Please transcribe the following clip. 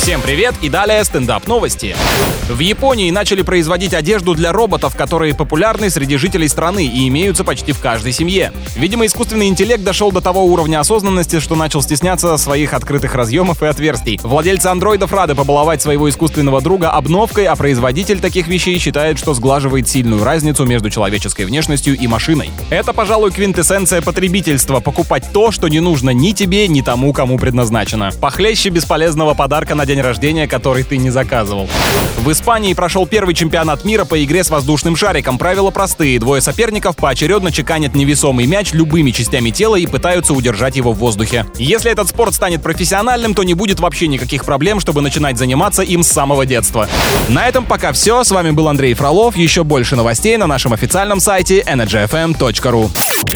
Всем привет и далее стендап-новости. В Японии начали производить одежду для роботов, которые популярны среди жителей страны и имеются почти в каждой семье. Видимо, искусственный интеллект дошел до того уровня осознанности, что начал стесняться своих открытых разъемов и отверстий. Владельцы андроидов рады побаловать своего искусственного друга обновкой, а производитель таких вещей считает, что сглаживает сильную разницу между человеческой внешностью и машиной. Это, пожалуй, квинтэссенция потребительства — покупать то, что не нужно ни тебе, ни тому, кому предназначено. Похлеще бесполезного подарка на день рождения, который ты не заказывал. В Испании прошел первый чемпионат мира по игре с воздушным шариком. Правила простые. Двое соперников поочередно чеканят невесомый мяч любыми частями тела и пытаются удержать его в воздухе. Если этот спорт станет профессиональным, то не будет вообще никаких проблем, чтобы начинать заниматься им с самого детства. На этом пока все. С вами был Андрей Фролов. Еще больше новостей на нашем официальном сайте energyfm.ru.